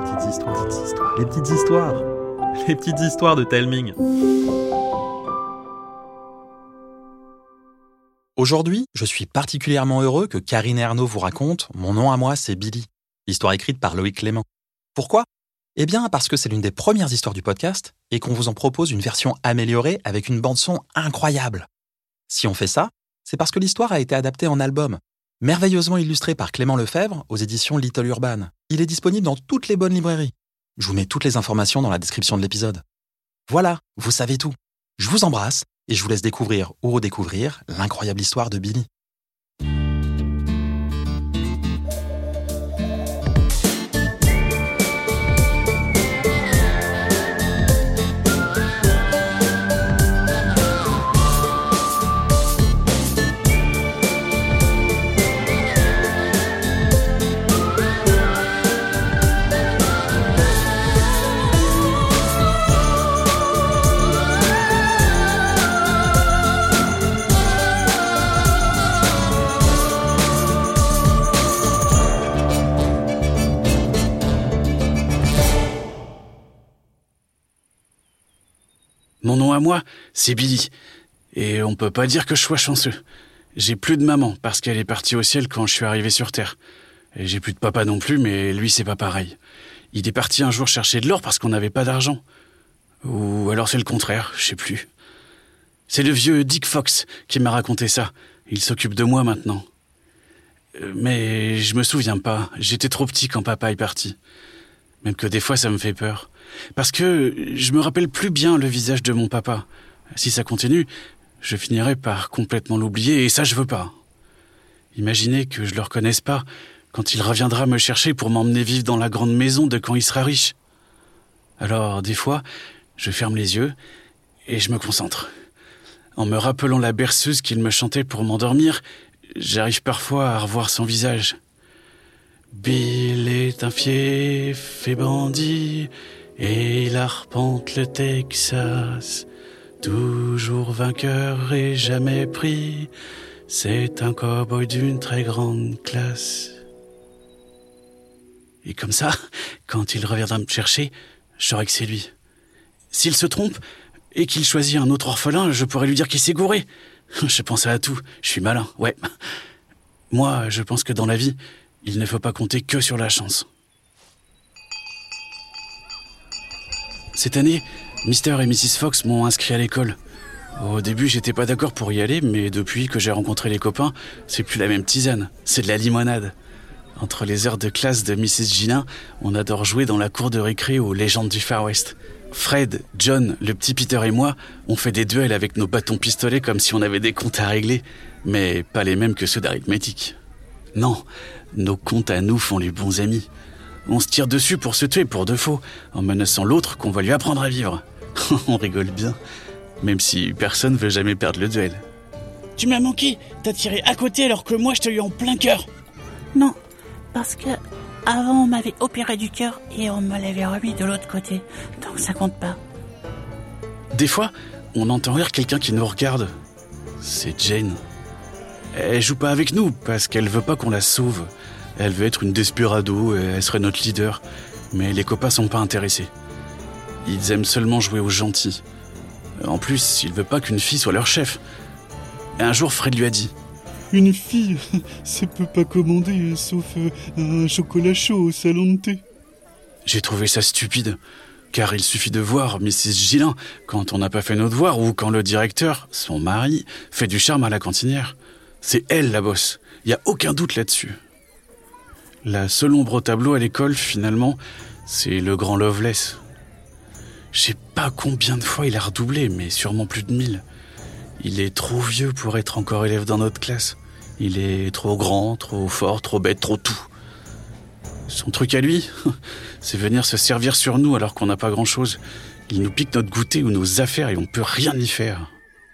petites histoires, les petites histoires, les petites histoires de Telming. Aujourd'hui, je suis particulièrement heureux que Karine Ernaux vous raconte « Mon nom à moi, c'est Billy », histoire écrite par Loïc Clément. Pourquoi ? Eh bien, parce que c'est l'une des premières histoires du podcast et qu'on vous en propose une version améliorée avec une bande-son incroyable. Si on fait ça, c'est parce que l'histoire a été adaptée en album, merveilleusement illustré par Clément Lefebvre aux éditions Little Urban. Il est disponible dans toutes les bonnes librairies. Je vous mets toutes les informations dans la description de l'épisode. Voilà, vous savez tout. Je vous embrasse et je vous laisse découvrir ou redécouvrir l'incroyable histoire de Billy. Mon nom à moi, c'est Billy. Et on peut pas dire que je sois chanceux. J'ai plus de maman, parce qu'elle est partie au ciel quand je suis arrivé sur Terre. Et j'ai plus de papa non plus, mais lui, c'est pas pareil. Il est parti un jour chercher de l'or parce qu'on n'avait pas d'argent. Ou alors c'est le contraire, je sais plus. C'est le vieux Dick Fox qui m'a raconté ça. Il s'occupe de moi maintenant. Mais je me souviens pas. J'étais trop petit quand papa est parti. Même que des fois, ça me fait peur. Parce que je me rappelle plus bien le visage de mon papa. Si ça continue, je finirai par complètement l'oublier et ça, je veux pas. Imaginez que je le reconnaisse pas quand il reviendra me chercher pour m'emmener vivre dans la grande maison de quand il sera riche. Alors, des fois, je ferme les yeux et je me concentre. En me rappelant la berceuse qu'il me chantait pour m'endormir, j'arrive parfois à revoir son visage. Bill est un fief et bandit, et il arpente le Texas. Toujours vainqueur et jamais pris, c'est un cow-boy d'une très grande classe. Et comme ça, quand il reviendra me chercher, je saurai que c'est lui. S'il se trompe et qu'il choisit un autre orphelin, je pourrais lui dire qu'il s'est gouré. Je pense à tout, je suis malin, ouais. Moi, je pense que dans la vie, il ne faut pas compter que sur la chance. Cette année, Mr. et Mrs. Fox m'ont inscrit à l'école. Au début, j'étais pas d'accord pour y aller, mais depuis que j'ai rencontré les copains, c'est plus la même tisane, c'est de la limonade. Entre les heures de classe de Mrs. Gillin, on adore jouer dans la cour de récré aux légendes du Far West. Fred, John, le petit Peter et moi, on fait des duels avec nos bâtons pistolets comme si on avait des comptes à régler, mais pas les mêmes que ceux d'arithmétique. Non, nos comptes à nous font les bons amis. On se tire dessus pour se tuer pour de faux, en menaçant l'autre qu'on va lui apprendre à vivre. On rigole bien, même si personne veut jamais perdre le duel. Tu m'as manqué, t'as tiré à côté alors que moi je t'ai eu en plein cœur. Non, parce que avant on m'avait opéré du cœur et on me l'avait remis de l'autre côté, donc ça compte pas. Des fois, on entend rire quelqu'un qui nous regarde. C'est Jane. Elle joue pas avec nous parce qu'elle veut pas qu'on la sauve. Elle veut être une desperado et elle serait notre leader. Mais les copains sont pas intéressés. Ils aiment seulement jouer aux gentils. En plus, ils veulent pas qu'une fille soit leur chef. Et un jour, Fred lui a dit: Une fille, ça peut pas commander sauf un chocolat chaud au salon de thé. J'ai trouvé ça stupide. Car il suffit de voir Mrs. Gillin quand on n'a pas fait nos devoirs ou quand le directeur, son mari, fait du charme à la cantinière. C'est elle la bosse, il n'y a aucun doute là-dessus. La seule ombre au tableau à l'école, finalement, c'est le grand Loveless. Je sais pas combien de fois il a redoublé, mais sûrement plus de 1000. Il est trop vieux pour être encore élève dans notre classe. Il est trop grand, trop fort, trop bête, trop tout. Son truc à lui, c'est venir se servir sur nous alors qu'on n'a pas grand-chose. Il nous pique notre goûter ou nos affaires et on peut rien y faire.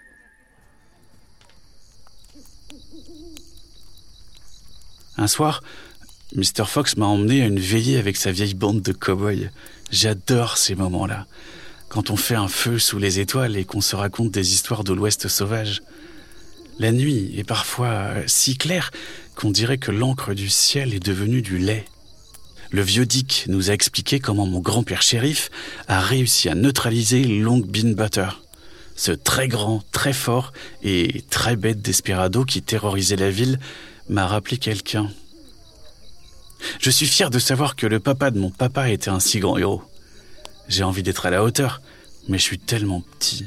Un soir, Mr. Fox m'a emmené à une veillée avec sa vieille bande de cow-boys. J'adore ces moments-là. Quand on fait un feu sous les étoiles et qu'on se raconte des histoires de l'Ouest sauvage. La nuit est parfois si claire qu'on dirait que l'encre du ciel est devenue du lait. le vieux Dick nous a expliqué comment mon grand-père shérif a réussi à neutraliser Long Bean Butter, ce très grand, très fort et très bête desperado qui terrorisait la ville m'a rappelé quelqu'un. Je suis fier de savoir que le papa de mon papa était un si grand héros. J'ai envie d'être à la hauteur, mais je suis tellement petit.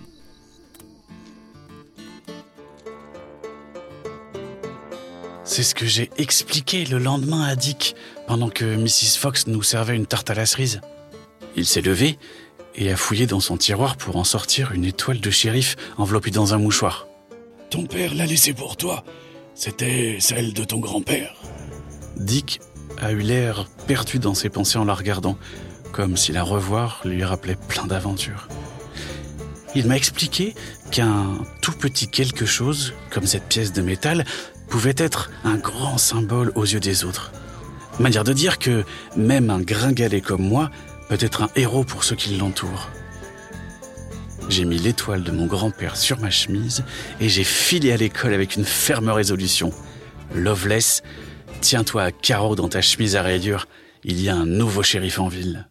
C'est ce que j'ai expliqué le lendemain à Dick, pendant que Mrs. Fox nous servait une tarte à la cerise. Il s'est levé et a fouillé dans son tiroir pour en sortir une étoile de shérif enveloppée dans un mouchoir. Ton père l'a laissée pour toi. C'était celle de ton grand-père. Dick a eu l'air perdu dans ses pensées en la regardant, comme si la revoir lui rappelait plein d'aventures. Il m'a expliqué qu'un tout petit quelque chose, comme cette pièce de métal, pouvait être un grand symbole aux yeux des autres. Manière de dire que même un gringalet comme moi peut être un héros pour ceux qui l'entourent. J'ai mis l'étoile de mon grand-père sur ma chemise et j'ai filé à l'école avec une ferme résolution. Loveless, tiens-toi à carreau dans ta chemise à rayures, il y a un nouveau shérif en ville.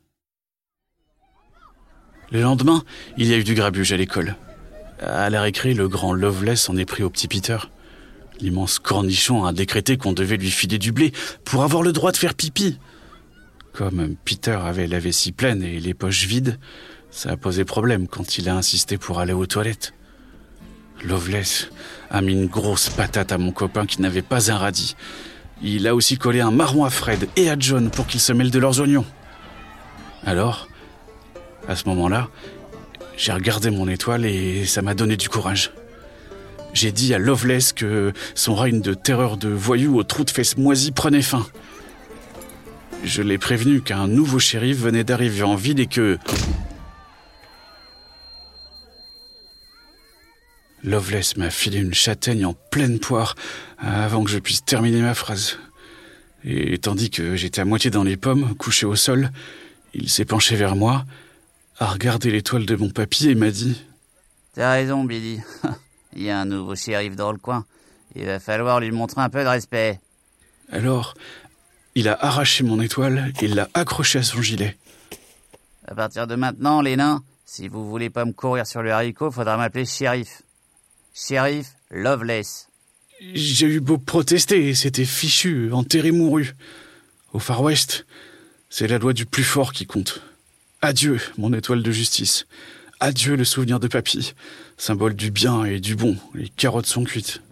Le lendemain, il y a eu du grabuge à l'école. À la récré, le grand Loveless en est pris au petit Peter. L'immense cornichon a décrété qu'on devait lui filer du blé pour avoir le droit de faire pipi. Comme Peter avait la vessie pleine et les poches vides, ça a posé problème quand il a insisté pour aller aux toilettes. Loveless a mis une grosse patate à mon copain qui n'avait pas un radis. Il a aussi collé un marron à Fred et à John pour qu'ils se mêlent de leurs oignons. Alors, à ce moment-là, j'ai regardé mon étoile et ça m'a donné du courage. J'ai dit à Loveless que son règne de terreur de voyou aux trous de fesses moisis prenait fin. Je l'ai prévenu qu'un nouveau shérif venait d'arriver en ville et que... Loveless m'a filé une châtaigne en pleine poire avant que je puisse terminer ma phrase. Et tandis que j'étais à moitié dans les pommes, couché au sol, il s'est penché vers moi, a regardé l'étoile de mon papy et m'a dit « T'as raison, Billy. Il y a un nouveau shérif dans le coin. Il va falloir lui montrer un peu de respect. » Alors, il a arraché mon étoile et l'a accrochée à son gilet. « À partir de maintenant, les nains, si vous voulez pas me courir sur le haricot, faudra m'appeler shérif. Shérif Loveless. » J'ai eu beau protester, c'était fichu, enterré mouru. Au Far West, c'est la loi du plus fort qui compte. Adieu, mon étoile de justice. Adieu le souvenir de papy, symbole du bien et du bon. Les carottes sont cuites.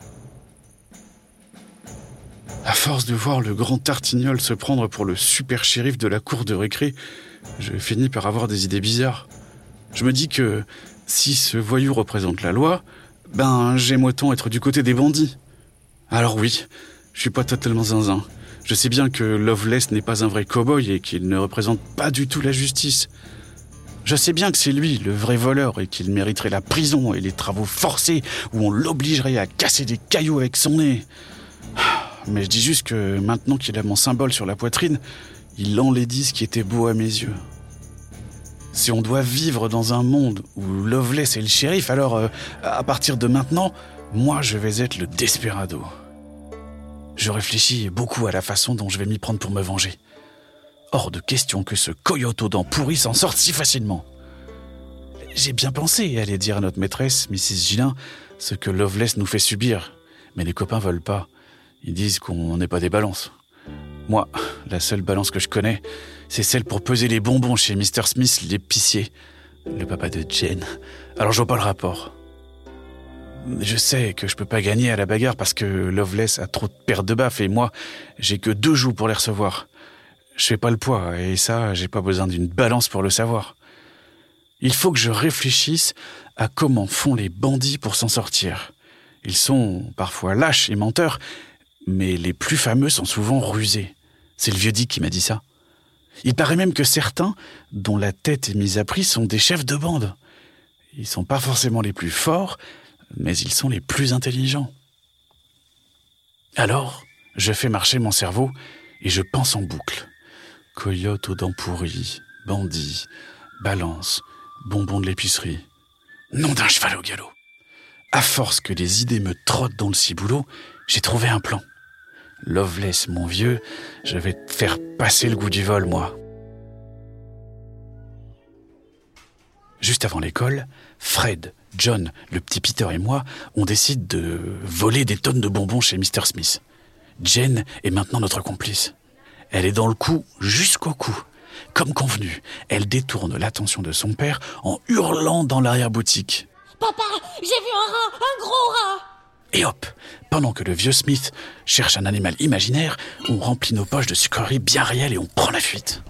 À force de voir le grand Tartignol se prendre pour le super shérif de la cour de récré, je finis par avoir des idées bizarres. Je me dis que si ce voyou représente la loi, j'aime autant être du côté des bandits. Alors oui, je suis pas totalement zinzin. Je sais bien que Loveless n'est pas un vrai cow-boy et qu'il ne représente pas du tout la justice. Je sais bien que c'est lui, le vrai voleur, et qu'il mériterait la prison et les travaux forcés où on l'obligerait à casser des cailloux avec son nez. Mais je dis juste que maintenant qu'il a mon symbole sur la poitrine, il enlaidit ce qui était beau à mes yeux. Si on doit vivre dans un monde où Loveless est le shérif, alors à partir de maintenant, moi je vais être le desperado. Je réfléchis beaucoup à la façon dont je vais m'y prendre pour me venger. Hors de question que ce coyote aux dents pourries s'en sorte si facilement. J'ai bien pensé à aller dire à notre maîtresse, Mrs. Gillin, ce que Loveless nous fait subir. Mais les copains veulent pas. Ils disent qu'on n'est pas des balances. Moi, la seule balance que je connais, c'est celle pour peser les bonbons chez Mr. Smith, l'épicier, le papa de Jane. Alors je vois pas le rapport. Je sais que je peux pas gagner à la bagarre parce que Loveless a trop de paires de baffes et moi, j'ai que 2 joues pour les recevoir. Je fais pas le poids et ça, j'ai pas besoin d'une balance pour le savoir. Il faut que je réfléchisse à comment font les bandits pour s'en sortir. Ils sont parfois lâches et menteurs, mais les plus fameux sont souvent rusés. C'est le vieux Dick qui m'a dit ça. Il paraît même que certains, dont la tête est mise à prix, sont des chefs de bande. Ils sont pas forcément les plus forts, mais ils sont les plus intelligents. Alors, je fais marcher mon cerveau et je pense en boucle. Coyote aux dents pourries, bandit, balance, bonbon de l'épicerie. Nom d'un cheval au galop. À force que les idées me trottent dans le ciboulot, j'ai trouvé un plan. Loveless, mon vieux, je vais te faire passer le goût du vol, moi. Juste avant l'école, Fred, John, le petit Peter et moi, on décide de voler des tonnes de bonbons chez Mr. Smith. Jane est maintenant notre complice. Elle est dans le coup jusqu'au cou. Comme convenu, elle détourne l'attention de son père en hurlant dans l'arrière-boutique. « Papa, j'ai vu un rat, un gros rat !» Et hop, pendant que le vieux Smith cherche un animal imaginaire, on remplit nos poches de sucreries bien réelles et on prend la fuite.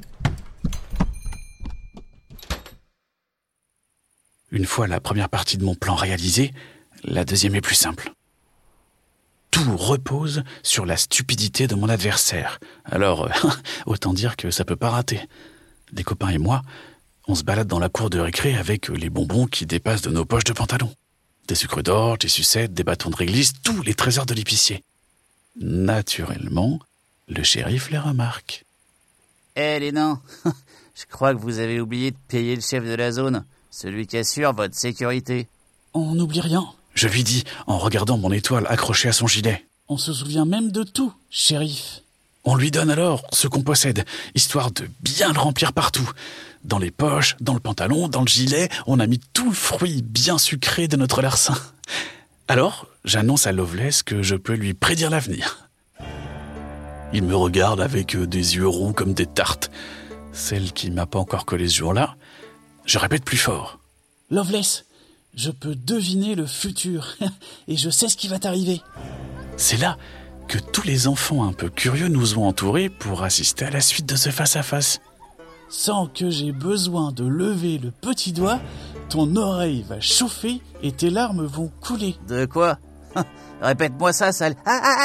Une fois la première partie de mon plan réalisée, la deuxième est plus simple. Tout repose sur la stupidité de mon adversaire. Alors, autant dire que ça peut pas rater. Des copains et moi, on se balade dans la cour de récré avec les bonbons qui dépassent de nos poches de pantalon. Des sucres d'orge, des sucettes, des bâtons de réglisse, tous les trésors de l'épicier. Naturellement, le shérif les remarque. Les nains, je crois que vous avez oublié de payer le chef de la zone, celui qui assure votre sécurité. On n'oublie rien. Je lui dis en regardant mon étoile accrochée à son gilet. On se souvient même de tout, shérif. On lui donne alors ce qu'on possède, histoire de bien le remplir partout. Dans les poches, dans le pantalon, dans le gilet, on a mis tout le fruit bien sucré de notre larcin. Alors, j'annonce à Loveless que je peux lui prédire l'avenir. Il me regarde avec des yeux ronds comme des tartes. Celle qui m'a pas encore collé ce jour-là, je répète plus fort. Loveless, je peux deviner le futur et je sais ce qui va t'arriver. C'est là que tous les enfants un peu curieux nous ont entourés pour assister à la suite de ce face-à-face. Sans que j'ai besoin de lever le petit doigt, ton oreille va chauffer et tes larmes vont couler. De quoi? Répète-moi ça, sale.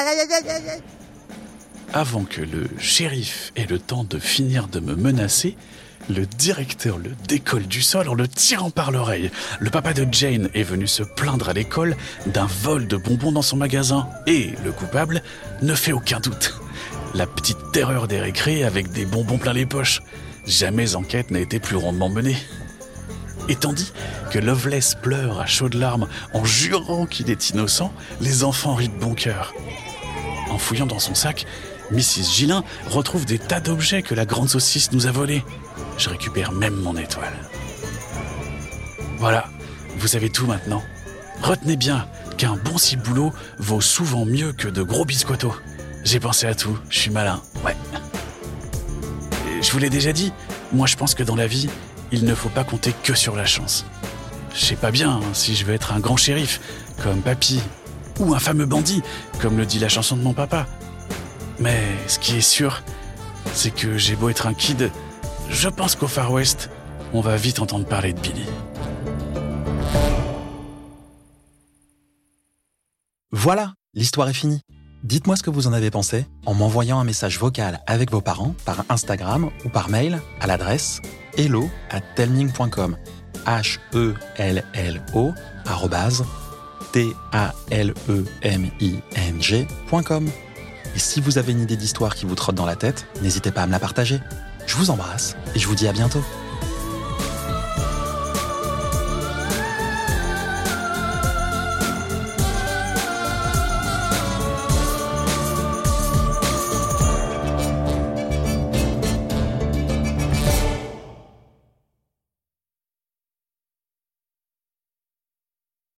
Avant que le shérif ait le temps de finir de me menacer, le directeur le décolle du sol en le tirant par l'oreille. Le papa de Jane est venu se plaindre à l'école d'un vol de bonbons dans son magasin. Et le coupable ne fait aucun doute. La petite terreur des récrés avec des bonbons plein les poches. Jamais enquête n'a été plus rondement menée. Et tandis que Loveless pleure à chaudes larmes en jurant qu'il est innocent, les enfants rient de bon cœur. En fouillant dans son sac, Mrs. Gillin retrouve des tas d'objets que la grande saucisse nous a volés. Je récupère même mon étoile. Voilà, vous savez tout maintenant. Retenez bien qu'un bon ciboulot vaut souvent mieux que de gros biscottos. J'ai pensé à tout, je suis malin, ouais. Et je vous l'ai déjà dit, moi je pense que dans la vie, il ne faut pas compter que sur la chance. Je sais pas bien si je veux être un grand shérif, comme papy, ou un fameux bandit, comme le dit la chanson de mon papa. Mais ce qui est sûr, c'est que j'ai beau être un kid, je pense qu'au Far West, on va vite entendre parler de Billy. Voilà, l'histoire est finie. Dites-moi ce que vous en avez pensé en m'envoyant un message vocal avec vos parents par Instagram ou par mail à l'adresse hello@telming.com hello@telming.com. Et si vous avez une idée d'histoire qui vous trotte dans la tête, n'hésitez pas à me la partager. Je vous embrasse et je vous dis à bientôt.